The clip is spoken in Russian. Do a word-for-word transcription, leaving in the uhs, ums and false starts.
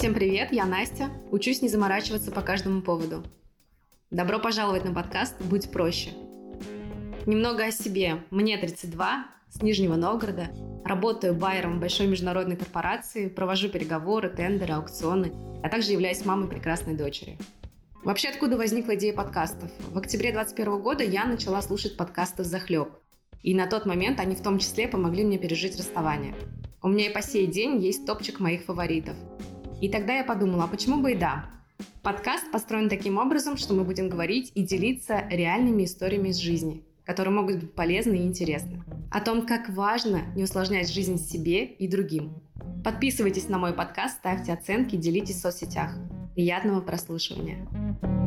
Всем привет, я Настя. Учусь не заморачиваться по каждому поводу. Добро пожаловать на подкаст «Будь проще». Немного о себе. Мне тридцать два, с Нижнего Новгорода. Работаю байером в большой международной корпорации, провожу переговоры, тендеры, аукционы, а также являюсь мамой прекрасной дочери. Вообще, откуда возникла идея подкастов? В октябре двадцать первого года я начала слушать подкасты взахлеб. И на тот момент они в том числе помогли мне пережить расставание. У меня и по сей день есть топчик моих фаворитов. И тогда я подумала, а почему бы и да? Подкаст построен таким образом, что мы будем говорить и делиться реальными историями из жизни, которые могут быть полезны и интересны. О том, как важно не усложнять жизнь себе и другим. Подписывайтесь на мой подкаст, ставьте оценки, делитесь в соцсетях. Приятного прослушивания!